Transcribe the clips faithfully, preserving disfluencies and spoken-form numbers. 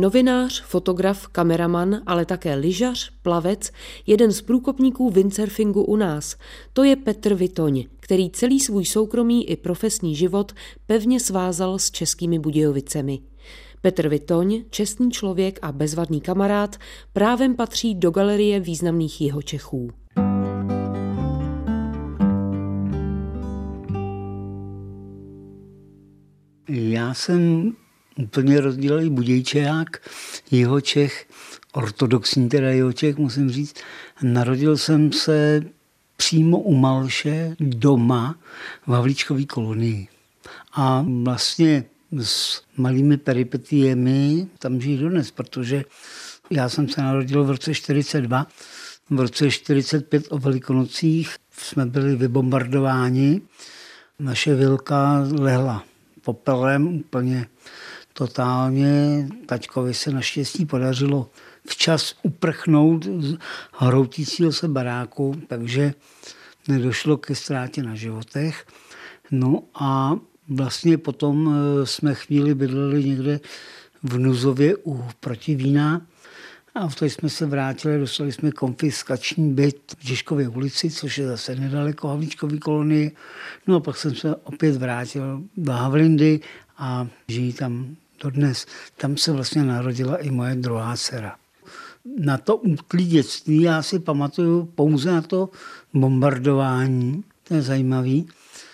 Novinář, fotograf, kameraman, ale také lyžař, plavec, jeden z průkopníků windsurfingu u nás. To je Petr Vitoň, který celý svůj soukromý i profesní život pevně svázal s Českými Budějovicemi. Petr Vitoň, čestný člověk a bezvadný kamarád, právem patří do galerie významných Jihočechů. Já jsem úplně rozdělil Budějčák, Jihočech, ortodoxní teda Jihočech, musím říct. Narodil jsem se přímo u Malše doma v Havlíčkové kolonii. A vlastně s malými peripetiemi tam žijí dodnes, protože já jsem se narodil v roce čtyřicet dva. V roce čtyřicet pět o Velikonocích jsme byli vybombardováni. Naše vilka lehla popelem úplně totálně. Taťkovi se naštěstí podařilo včas uprchnout z hroutícího se baráku, takže nedošlo ke ztrátě na životech. No a vlastně potom jsme chvíli bydleli někde v Nuzově u Protivína a v té jsme se vrátili, dostali jsme konfiskační byt v Žižkově ulici, což je zase nedaleko Havlíčkové kolonie. No a pak jsem se opět vrátil do Havlindy a žijí tam dodnes. Tam se vlastně narodila i moje druhá dcera. Na to útlý dětství já si pamatuju pouze na to bombardování. To je zajímavý,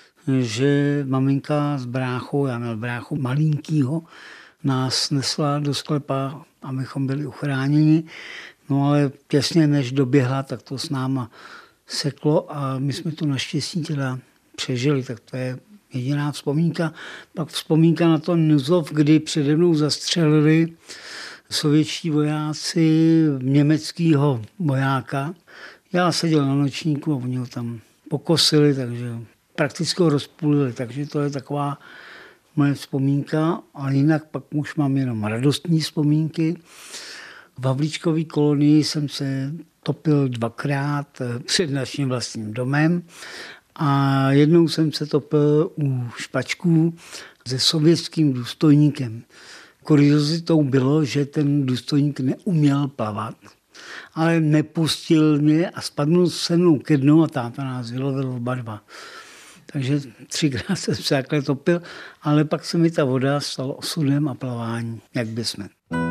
že maminka s bráchou, já měl bráchu malinkýho, nás nesla do sklepa, abychom byli uchráněni. No ale těsně než doběhla, tak to s náma seklo a my jsme to naštěstí teda přežili. Tak to je jediná vzpomínka. Pak vzpomínka na to Nuzov, kdy přede mnou zastřelili sovětští vojáci německého vojáka. Já seděl na nočníku a oni ho tam pokosili, takže prakticky ho rozpůlili. Takže to je taková moje vzpomínka, ale jinak pak už mám jenom radostní vzpomínky. V Havlíčkové kolonii jsem se topil dvakrát před naším vlastním domem a jednou jsem se topil u špačků se sovětským důstojníkem. Kuriozitou bylo, že ten důstojník neuměl plavat, ale nepustil mě a spadnul se mnou ke dnu a táta nás vylovil oba dva. Takže třikrát jsem se takhle topil, ale pak se mi ta voda stala osudem a plavání, jak by jsme.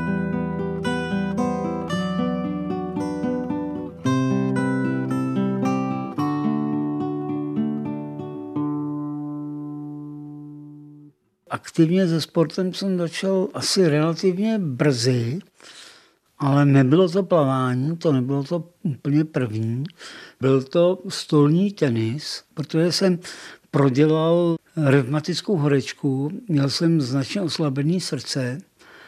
Aktivně se sportem jsem začal asi relativně brzy, ale nebylo to plavání, to nebylo to úplně první. Byl to stolní tenis, protože jsem prodělal revmatickou horečku, měl jsem značně oslabené srdce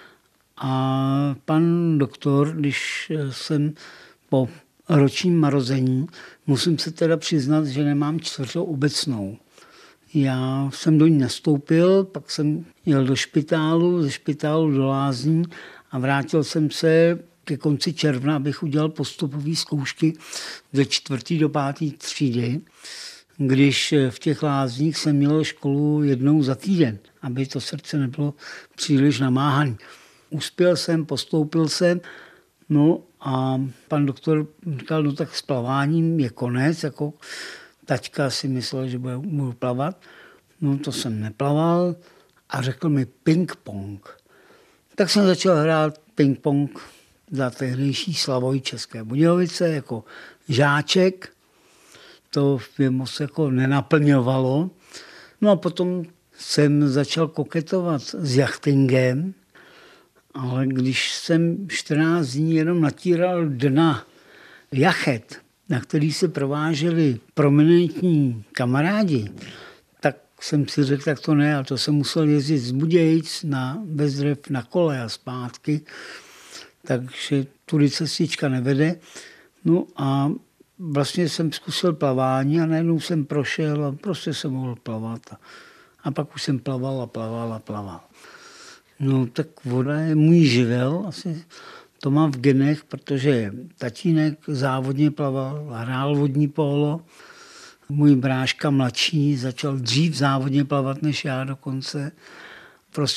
a pan doktor, když jsem po ročním marození, musím se teda přiznat, že nemám čtvrtou obecnou. Já jsem do ní nastoupil, pak jsem jel do špitálu, ze špitálu do lázní a vrátil jsem se ke konci června, abych udělal postupové zkoušky ze čtvrtý do pátý třídy, když v těch lázních jsem měl školu jednou za týden, aby to srdce nebylo příliš namáhané. Uspěl jsem, postoupil jsem, no a pan doktor říkal, no tak s plaváním je konec, jako taťka si myslel, že budu plavat. No to jsem neplaval a řekl mi ping-pong. Tak jsem začal hrát ping-pong za tehdejší Slavoj České Budějovice jako žáček. To mě moc jako nenaplňovalo. No a potom jsem začal koketovat s jachtingem, ale když jsem čtrnáct dní jenom natíral dna jachet, na který se prováželi prominentní kamarádi, tak jsem si řekl, tak to ne, a to jsem musel jezdit z Budějic na Bezdrev na kole a zpátky, takže tudy cestička nevede. No a vlastně jsem zkusil plavání a najednou jsem prošel a prostě jsem mohl plavat. A, a pak už jsem plaval a plaval a plaval. No tak voda je můj živel, asi to mám v genech, protože tatínek závodně plaval, hrál vodní pólo. Můj bráška mladší začal dřív závodně plavat než já dokonce. Prostě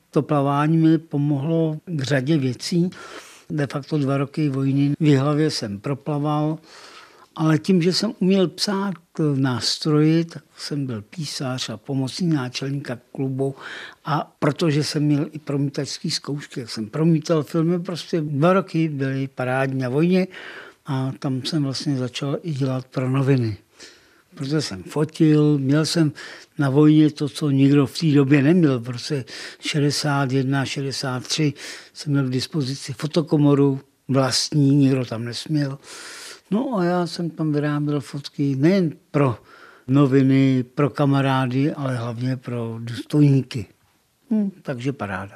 To plavání mi pomohlo k řadě věcí. De facto dva roky vojny v Jihlavě jsem proplaval, ale tím, že jsem uměl psát v nástroji, tak jsem byl písař a pomocný náčelníka klubu a protože jsem měl i promítačské zkoušky, jak jsem promítal filmy, prostě dva roky byly parádní na vojně a tam jsem vlastně začal i dělat pro noviny. Protože jsem fotil, měl jsem na vojně to, co nikdo v té době neměl. V roce šedesát jedna, šedesát tři jsem měl k dispozici fotokomoru vlastní, nikdo tam nesměl. No a já jsem tam vyráběl fotky nejen pro noviny, pro kamarády, ale hlavně pro důstojníky. Hm, takže paráda.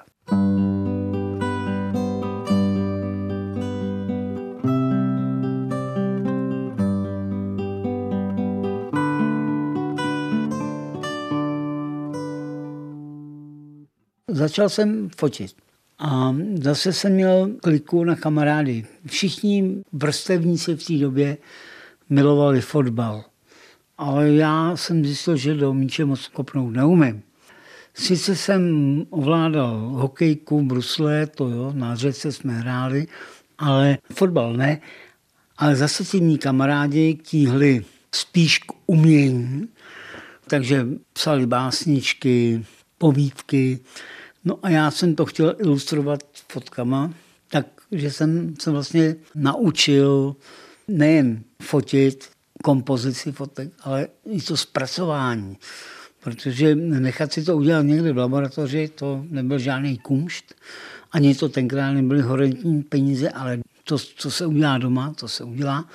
Začal jsem fotit a zase jsem měl kliku na kamarády. Všichni vrstevníci v té době milovali fotbal, ale já jsem zjistil, že do míče moc kopnout neumím. Sice jsem ovládal hokejku, brusle, to jo, na řece jsme hráli, ale fotbal ne. Ale zase ti mý kamarádi tíhli spíš k umění, takže psali básničky, povídky. No a já jsem to chtěl ilustrovat fotkama, takže jsem se vlastně naučil nejen fotit kompozici fotek, ale i to zpracování. Protože nechat si to udělat někde v laboratoři, to nebyl žádný kumšt. Ani to tenkrát nebyly horentní peníze, ale to, co se udělá doma, to se udělá.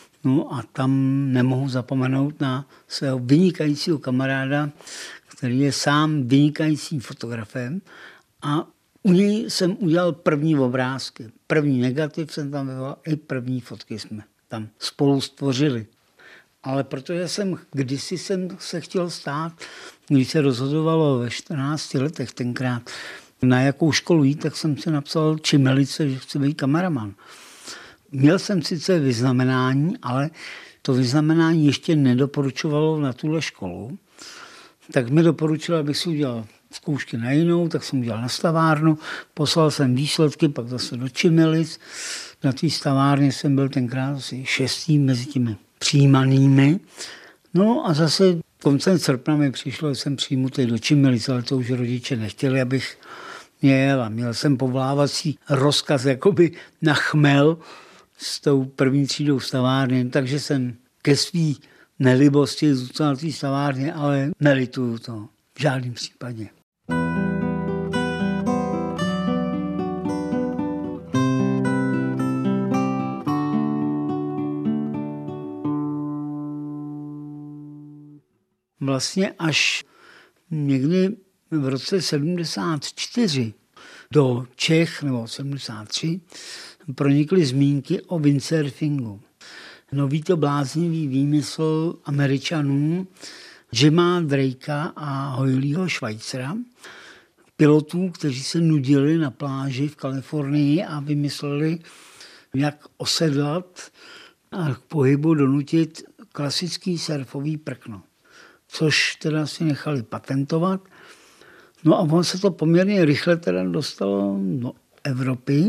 No a tam nemohu zapomenout na svého vynikajícího kamaráda, který je sám vynikajícím fotografem a u něj jsem udělal první obrázky. První negativ jsem tam vyvolal, i první fotky jsme tam spolu stvořili. Ale protože jsem kdysi jsem se chtěl stát, když se rozhodovalo ve čtrnácti letech tenkrát, na jakou školu jít, tak jsem si napsal čimelice, že chci být kameraman. Měl jsem sice vyznamenání, ale to vyznamenání ještě nedoporučovalo na tuhle školu. Tak mi doporučil, abych si udělal zkoušky na jinou, tak jsem udělal na stavárnu, poslal jsem výsledky, pak zase do Čimelic. Na té stavárně jsem byl tenkrát asi šestý mezi těmi přijímanými. No a zase koncem srpna mi přišlo, že jsem přijmutý do Čimelic, ale to už rodiče nechtěli, abych měl a měl jsem povolávací rozkaz jakoby na chmel s tou první třídou stavárny, takže jsem ke svý nelibosti zůstal na té stavárně, ale nelituju to v žádném případě. Vlastně až někdy v roce sedmdesát čtyři do Čech, nebo sedmdesát tři, pronikly zmínky o windsurfingu. Nový to bláznivý výmysl Američanů Jima Drakea a Hoyleyho Schweizera, pilotů, kteří se nudili na pláži v Kalifornii a vymysleli, jak osedlat a k pohybu donutit klasický surfový prkno, což teda si nechali patentovat. No a on se to poměrně rychle teda dostalo do Evropy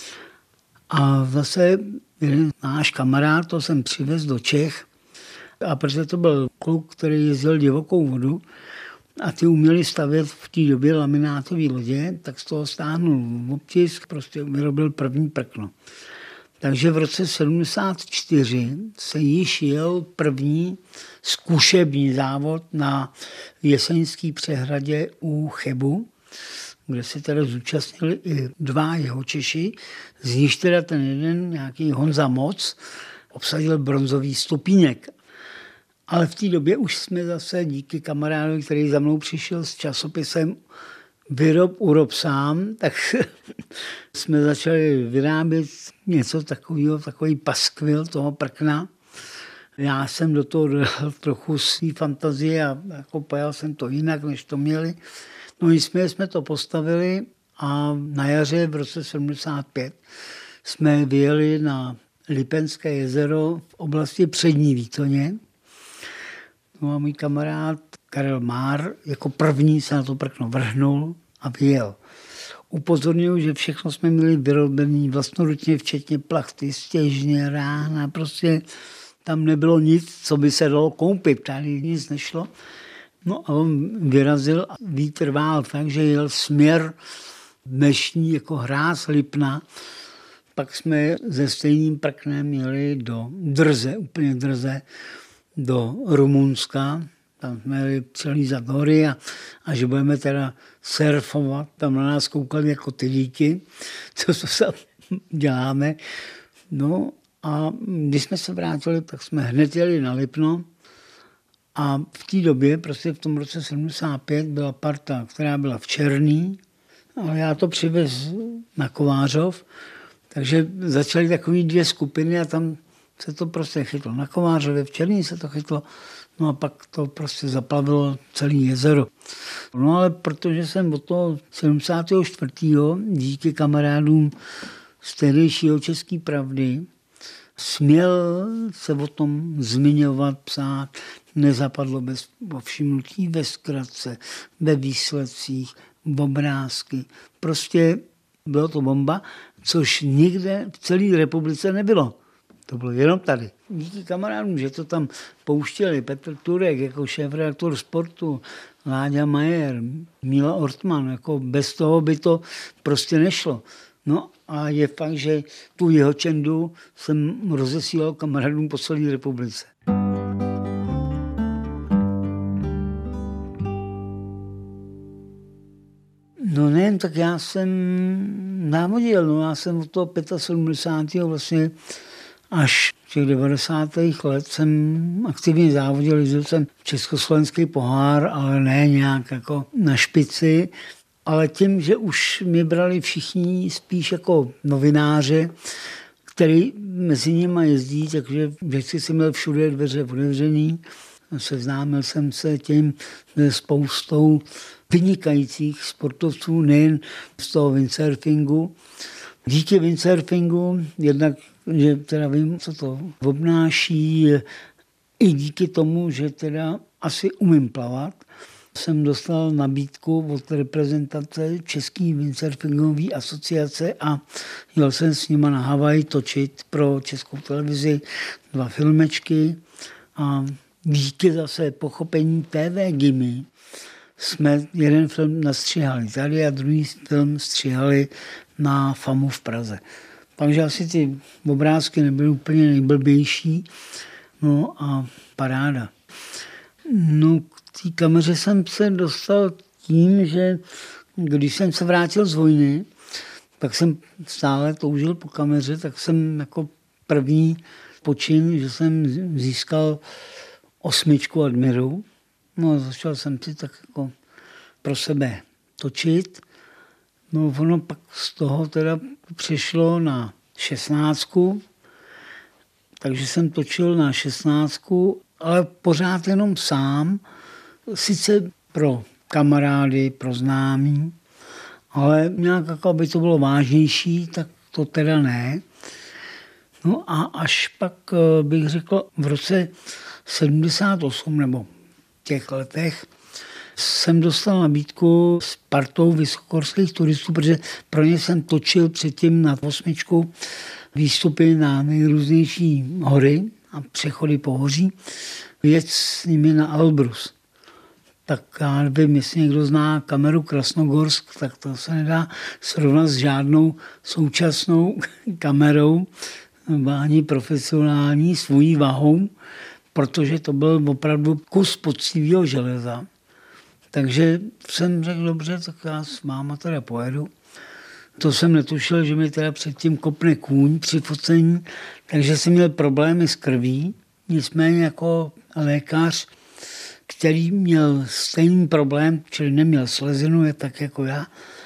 a zase jeden náš kamarád, to jsem přivez do Čech a protože to byl kluk, který jezdil divokou vodu a ty uměli stavět v té době laminátové lodě, tak z toho stáhnul obtisk, prostě vyrobil první prkno. Takže v roce sedmdesát čtyři se již jel první zkušební závod na Jeseňské přehradě u Chebu, kde se teda zúčastnili i dva jeho Češi, z nich teda ten jeden, nějaký Honza Moc, obsadil bronzový stupínek. Ale v té době už jsme zase díky kamarádovi, který za mnou přišel s časopisem Vyrob, urob sám, tak jsme začali vyrábět něco takového, takový paskvil toho prkna. Já jsem do toho dal trochu svý fantazie a jako pojal jsem to jinak, než to měli. No nicméně jsme to postavili a na jaře v roce sedmdesát pět jsme vyjeli na Lipenské jezero v oblasti Přední Výtoně. No a můj kamarád Karel Már jako první se na to prkno vrhnul a vyjel. Upozorňuji, že všechno jsme měli vyrobené vlastnoručně, včetně plachty, stěžně, rána, prostě tam nebylo nic, co by se dalo koupit, tady nic nešlo. No a on vyrazil a vítr vál tak, že jel směr dnešní jako hráz Lipna. Pak jsme se stejným prknem jeli do Drze, úplně Drze, do Rumunska. Tam jsme jeli přelízat hory a, a že budeme teda surfovat. Tam na nás koukali jako ty díky, co se děláme. No a když jsme se vrátili, tak jsme hned jeli na Lipno. A v té době, prostě v tom roce sedmdesát pět, byla parta, která byla v Černý, ale já to přivez na Kovářov, takže začaly takové dvě skupiny a tam se to prostě chytlo. Na Kovářově, v Černý se to chytlo, no a pak to prostě zaplavilo celé jezero. No ale protože jsem od toho sedmdesátého čtvrtého díky kamarádům z tehdejšího České pravdy směl se o tom zmiňovat, psát, nezapadlo bez povšimnutí ve zkratce, ve výsledcích, v obrázky. Prostě bylo to bomba, což nikde v celé republice nebylo. To bylo jenom tady. Díky kamarádům, že to tam pouštěli, Petr Turek jako šéfredaktor Sportu, Láďa Majer, Míla Ortman, jako bez toho by to prostě nešlo. No a je fakt, že tu Jihočendu jsem rozesílal kamarádům po celé republice. No ne, tak já jsem návodil, no já jsem od toho sedmdesátého pátého vlastně až těch devadesátých let jsem aktivně závodil, jezdil jsem československý pohár, ale ne nějak jako na špici, ale tím, že už mě brali všichni spíš jako novináře, který mezi nimi jezdí, takže vždycky jsem měl všude dveře otevřený. Seznámil jsem se tím spoustou vynikajících sportovců, nejen z toho windsurfingu. Díky windsurfingu, jednak, že teda vím, co to obnáší, i díky tomu, že teda asi umím plavat, jsem dostal nabídku od reprezentace České windsurfingové asociace a jel jsem s nima na Havaj točit pro Českou televizi dva filmečky a díky zase pochopení T V Gimy jsme jeden film nastřihali tady a druhý film střihali na FAMu v Praze. Takže asi ty obrázky nebyly úplně nejblbější, no a paráda. No k té kameře jsem se dostal tím, že když jsem se vrátil z vojny, tak jsem stále toužil po kameře, tak jsem jako první počin, že jsem získal osmičku Admiru. No a začal jsem si tak jako pro sebe točit. No ono pak z toho teda přešlo na šestnáctku, takže jsem točil na šestnáctku, ale pořád jenom sám, sice pro kamarády, pro známí, ale nějak jako, aby to bylo vážnější, tak to teda ne. No a až pak bych řekl v roce sedmdesát osm nebo v těch letech jsem dostal nabídku s partou vysokohorských turistů, protože pro ně jsem točil předtím na osmičku výstupy na nejrůznější hory a přechody po hoří. Jet s nimi na Elbrus. Tak já nevím, jestli někdo zná kameru Krasnogorsk, tak to se nedá srovnat s žádnou současnou kamerou, ani profesionální, svojí vahou, protože to byl opravdu kus poctivého železa. Takže jsem řekl, dobře, tak já s máma teda pojedu. To jsem netušil, že mi teda předtím kopne kůň při focení, takže jsem měl problémy s krví. Nicméně jako lékař, který měl stejný problém, čili neměl slezinu, je tak jako já,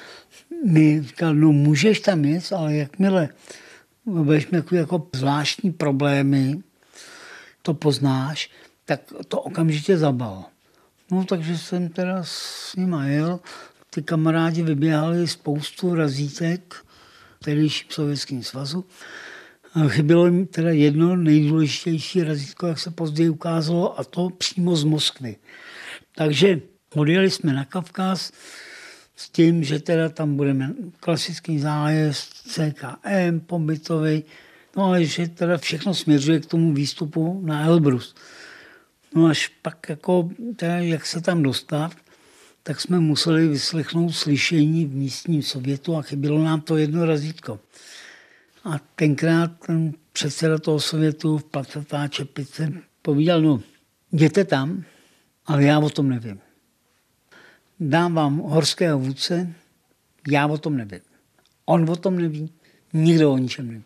mi říkal, no můžeš tam jet, ale jakmile budeš mít jako, jako zvláštní problémy, to poznáš, tak to okamžitě zabal. No takže jsem teda s nima jel, ty kamarádi vyběhali spoustu razítek v tehdejším Sovětském svazu. Chybělo jim teda jedno nejdůležitější razítko, jak se později ukázalo, a to přímo z Moskvy. Takže odjeli jsme na Kavkaz, s tím, že teda tam budeme klasický zájezd, C K M, pobytový, no ale že teda všechno směřuje k tomu výstupu na Elbrus. No až pak jako, teda jak se tam dostat, tak jsme museli vyslechnout slyšení v místním sovětu a chybilo nám to jedno razítko. A tenkrát ten předseda toho sovětu v placatá čepice povídal, no jděte tam, ale já o tom nevím. Dám vám horského vůdce, já o tom nevím. On o tom neví, nikdo o ničem neví.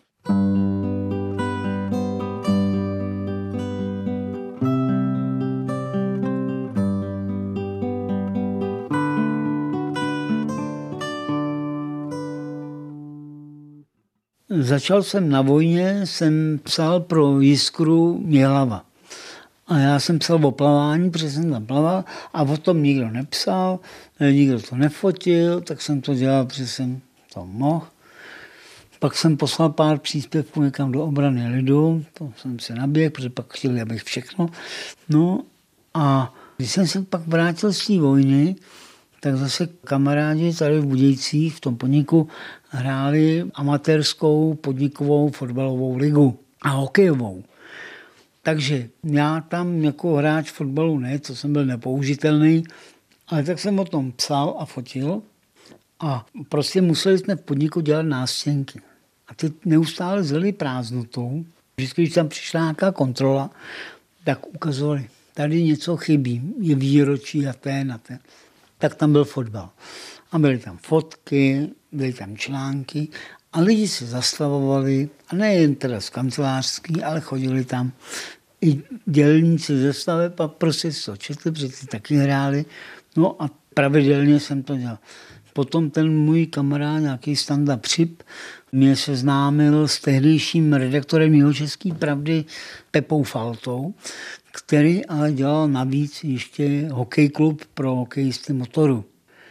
Začal jsem na vojně, jsem psal pro Jiskru Měhlava. A já jsem psal o plavání, protože jsem tam plaval a o tom nikdo nepsal, nikdo to nefotil, tak jsem to dělal, protože jsem to mohl. Pak jsem poslal pár příspěvků někam do Obrany lidu, to jsem se naběhl, protože pak chtěli, abych všechno. No a když jsem se pak vrátil z té vojny, tak zase kamarádi tady v Budějcích v tom podniku hráli amatérskou podnikovou fotbalovou ligu a hokejovou. Takže já tam jako hráč fotbalu ne, to jsem byl nepoužitelný, ale tak jsem o tom psal a fotil a prostě museli jsme v podniku dělat nástěnky. A ty neustále zlili prázdnotou. Vždycky, když tam přišla nějaká kontrola, tak ukazovali, tady něco chybí, je výročí a ten a ten. Tak tam byl fotbal. A byly tam fotky, byly tam články a lidi se zastavovali, a nejen teda z kancelářský, ale chodili tam i dělníci ze staveb a prostě to četli, protože ty taky hráli. No a pravidelně jsem to dělal. Potom ten můj kamarád, nějaký Standa Přip, mě seznámil s tehdejším redaktorem Jihočeské pravdy Pepou Faltou, který ale dělal navíc ještě hokejklub pro hokejisty Motoru.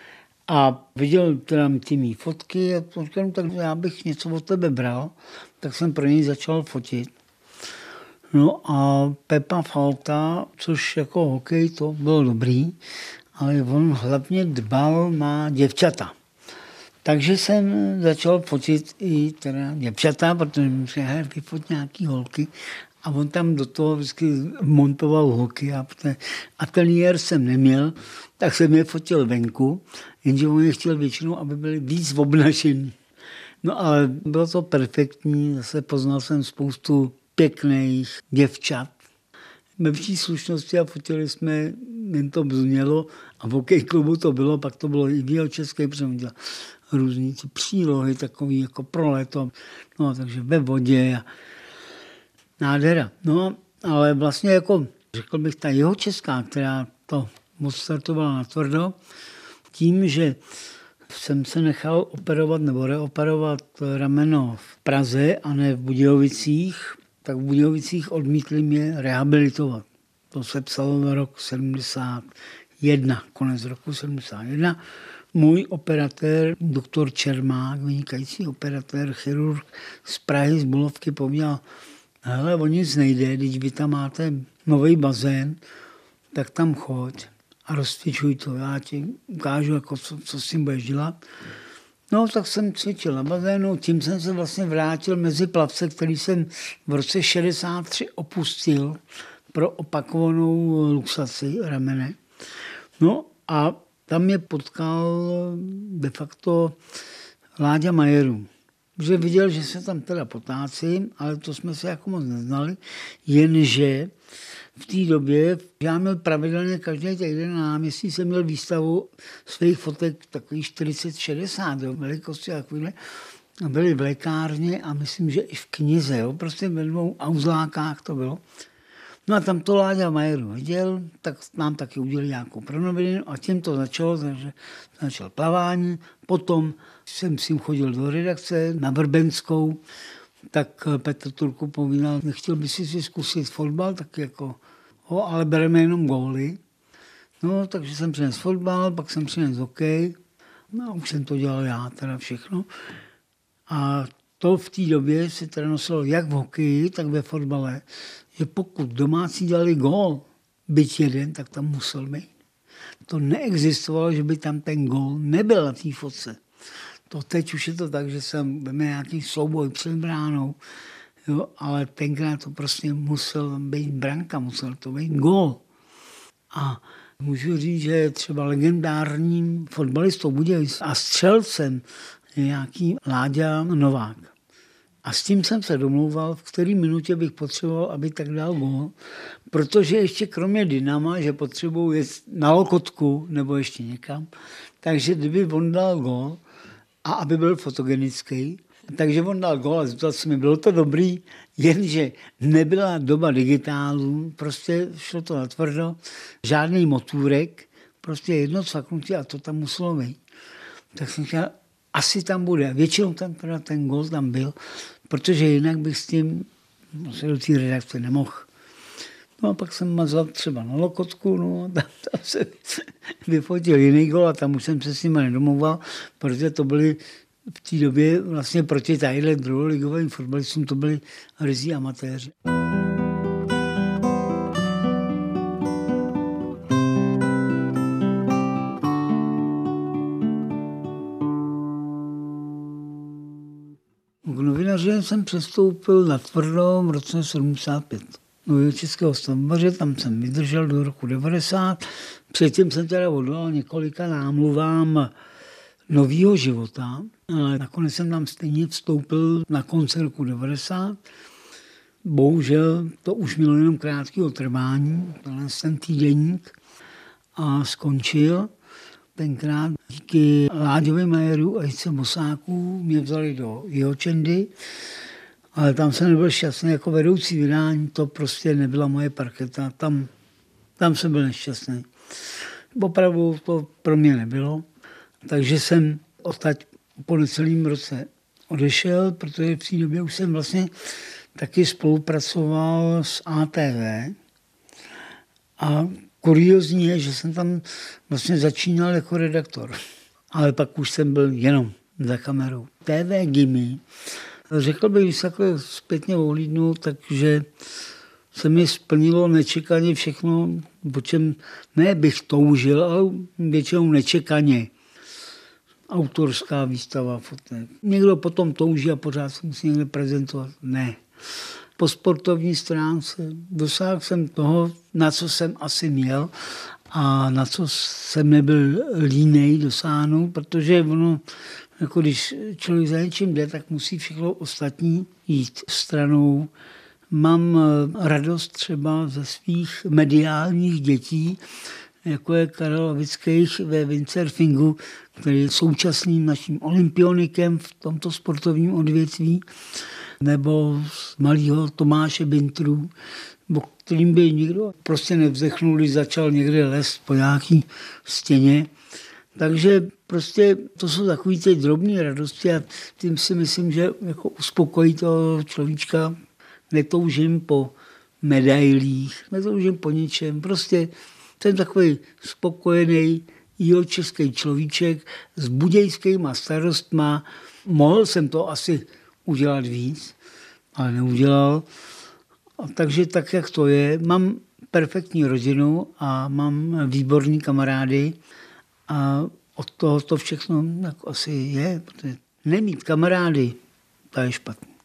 A viděl teda ty mý fotky a říkal, tak já bych něco od tebe bral, tak jsem pro něj začal fotit. No a Pepa Falta, což jako hokej to bylo dobrý, ale on hlavně dbal na děvčata. Takže jsem začal fotit i teda děvčata, protože mi říkal, vyfot nějaký holky. A on tam do toho vždycky montoval holky a ateliér jsem neměl, tak jsem je fotil venku, jenže on je chtěl většinou, aby byli víc obnažení. No ale bylo to perfektní, zase poznal jsem spoustu pěkných děvčat. Ve vší slušnosti a fotili jsme, jen to znělo a v hokej klubu to bylo, pak to bylo i v Jihočeské, protože on dělal různý ty přílohy, takový jako pro léto, no takže ve vodě a nádhera. No, ale vlastně jako, řekl bych, ta Jihočeská, která to odstartovala natvrdo, tím, že jsem se nechal operovat nebo reoperovat rameno v Praze a ne v Budějovicích, tak v Budějovicích odmítli mě rehabilitovat. To se psalo na rok sedmdesát jedna, konec roku sedmdesát jedna. Můj operatér, doktor Čermák, vynikající operatér, chirurg z Prahy, z Bulovky, povídal, hele, o nic nejde, když vy tam máte nový bazén, tak tam choď a rozcvičuj to. Já ti ukážu, jako co, co s tím budeš dělat. No, tak jsem cvičil na bazénu, tím jsem se vlastně vrátil mezi plavce, který jsem v roce šedesát tři opustil pro opakovanou luxaci ramene. No a tam mě potkal de facto Láďa Majerů. Protože viděl, že se tam teda potácím, ale to jsme se jako moc neznali, jenže v té době já měl pravidelně každý týden na náměstí, jsem měl výstavu svých fotek takových čtyřicet šedesát velikosti a takovýhle. A byly v lékárně a myslím, že i v knize, jo, prostě ve dvou auzlákách to bylo. No a tam to Láďa Majerů viděl, tak nám taky udělali nějakou pronovinu a tím to začalo, takže začal plavání. Potom jsem s ním chodil do redakce na Vrbenskou, tak Petr Turku povídal, nechtěl by si si zkusit fotbal, tak jako, ho, ale bereme jenom góly. No, takže jsem přinesl fotbal, pak jsem přinesl hokej, no a už jsem to dělal já, teda všechno. A to v té době se teda nosilo jak v hokeji, tak ve fotbale, že pokud domácí dělali gól, byť jeden, tak tam musel být. To neexistovalo, že by tam ten gól nebyl na té fotce. To teď už je to tak, že jsem ve nějaký souboj před bránou, jo, ale tenkrát to prostě musel být branka, musel to být gól. A můžu říct, že třeba legendárním fotbalistou Budějovic a střelcem je nějaký Láďa Novák. A s tím jsem se domlouval, v které minutě bych potřeboval, aby tak dal gól, protože ještě kromě Dynama, že potřebuji jet na Lokotku nebo ještě někam, takže kdyby on dal gól a aby byl fotogenický, takže on dal gól a zeptal se mi, bylo to dobrý, jenže nebyla doba digitálu, prostě šlo to natvrdo, žádný motůrek, prostě jedno cvaknutí a to tam muselo být. Tak jsem říkal, asi tam bude. Většinou tam teda ten gól tam byl, protože jinak bych s tím se do té redakce nemohl. No a pak jsem mazal třeba na Lokotku, no a tam, tam se vyfotil jiný gól a tam už jsem se s nimi nedomlouval, protože to byly v té době vlastně proti tadyhle druholigovým fotbalistům to byli ryzí amatéři. K novinaři jsem přestoupil na tvrdo v roce sedmdesát pět. Do Českého stavbaře, tam jsem vydržel do roku devadesát. Předtím jsem teda odolal několika námluvám nového života, ale nakonec jsem tam stejně vstoupil na konci roku devadesát. Bohužel to už mělo jenom krátkého trvání, tenhle ten týdeník a skončil. Tenkrát díky Láďovi Majeru a Jice Bosáků mě vzali do Jihočendy, ale tam jsem nebyl šťastný jako vedoucí vydání, to prostě nebyla moje parketa, tam, tam jsem byl nešťastný. Opravdu to pro mě nebylo, takže jsem odtaď po necelým roce odešel, protože v té době už jsem vlastně taky spolupracoval s A T V a kuriózní je, že jsem tam vlastně začínal jako redaktor, ale pak už jsem byl jenom za kamerou. T V Gimy, řekl bych, když se takhle zpětně ohlídnu, takže se mi splnilo nečekaně všechno, po čem ne bych toužil, ale většinou nečekaně. Autorská výstava fotek. Někdo potom touží a pořád se musí někde prezentovat. Ne. Po sportovní stránce dosáhl jsem toho, na co jsem asi měl a na co jsem nebyl línej dosáhnout, protože ono, jako když člověk za něčím jde, tak musí všechno ostatní jít stranou. Mám radost třeba ze svých mediálních dětí, jako je Karel Lavických ve windsurfingu, který je současným naším olympionikem v tomto sportovním odvětví, nebo z malého Tomáše Bintru, o kterým by nikdo prostě nevzdechnul, když začal někde lézt po nějaký stěně. Takže prostě to jsou takové ty drobné radosti a tím si myslím, že jako uspokojí toho človíčka. Netoužím po medailích, netoužím po ničem. Prostě jsem takový spokojený jihočeský človíček s budějskýma starostma. Mohl jsem to asi udělat víc, ale neudělal. A takže tak, jak to je, mám perfektní rodinu a mám výborný kamarády a od toho to všechno jako asi je. Protože nemít kamarády, to je špatný.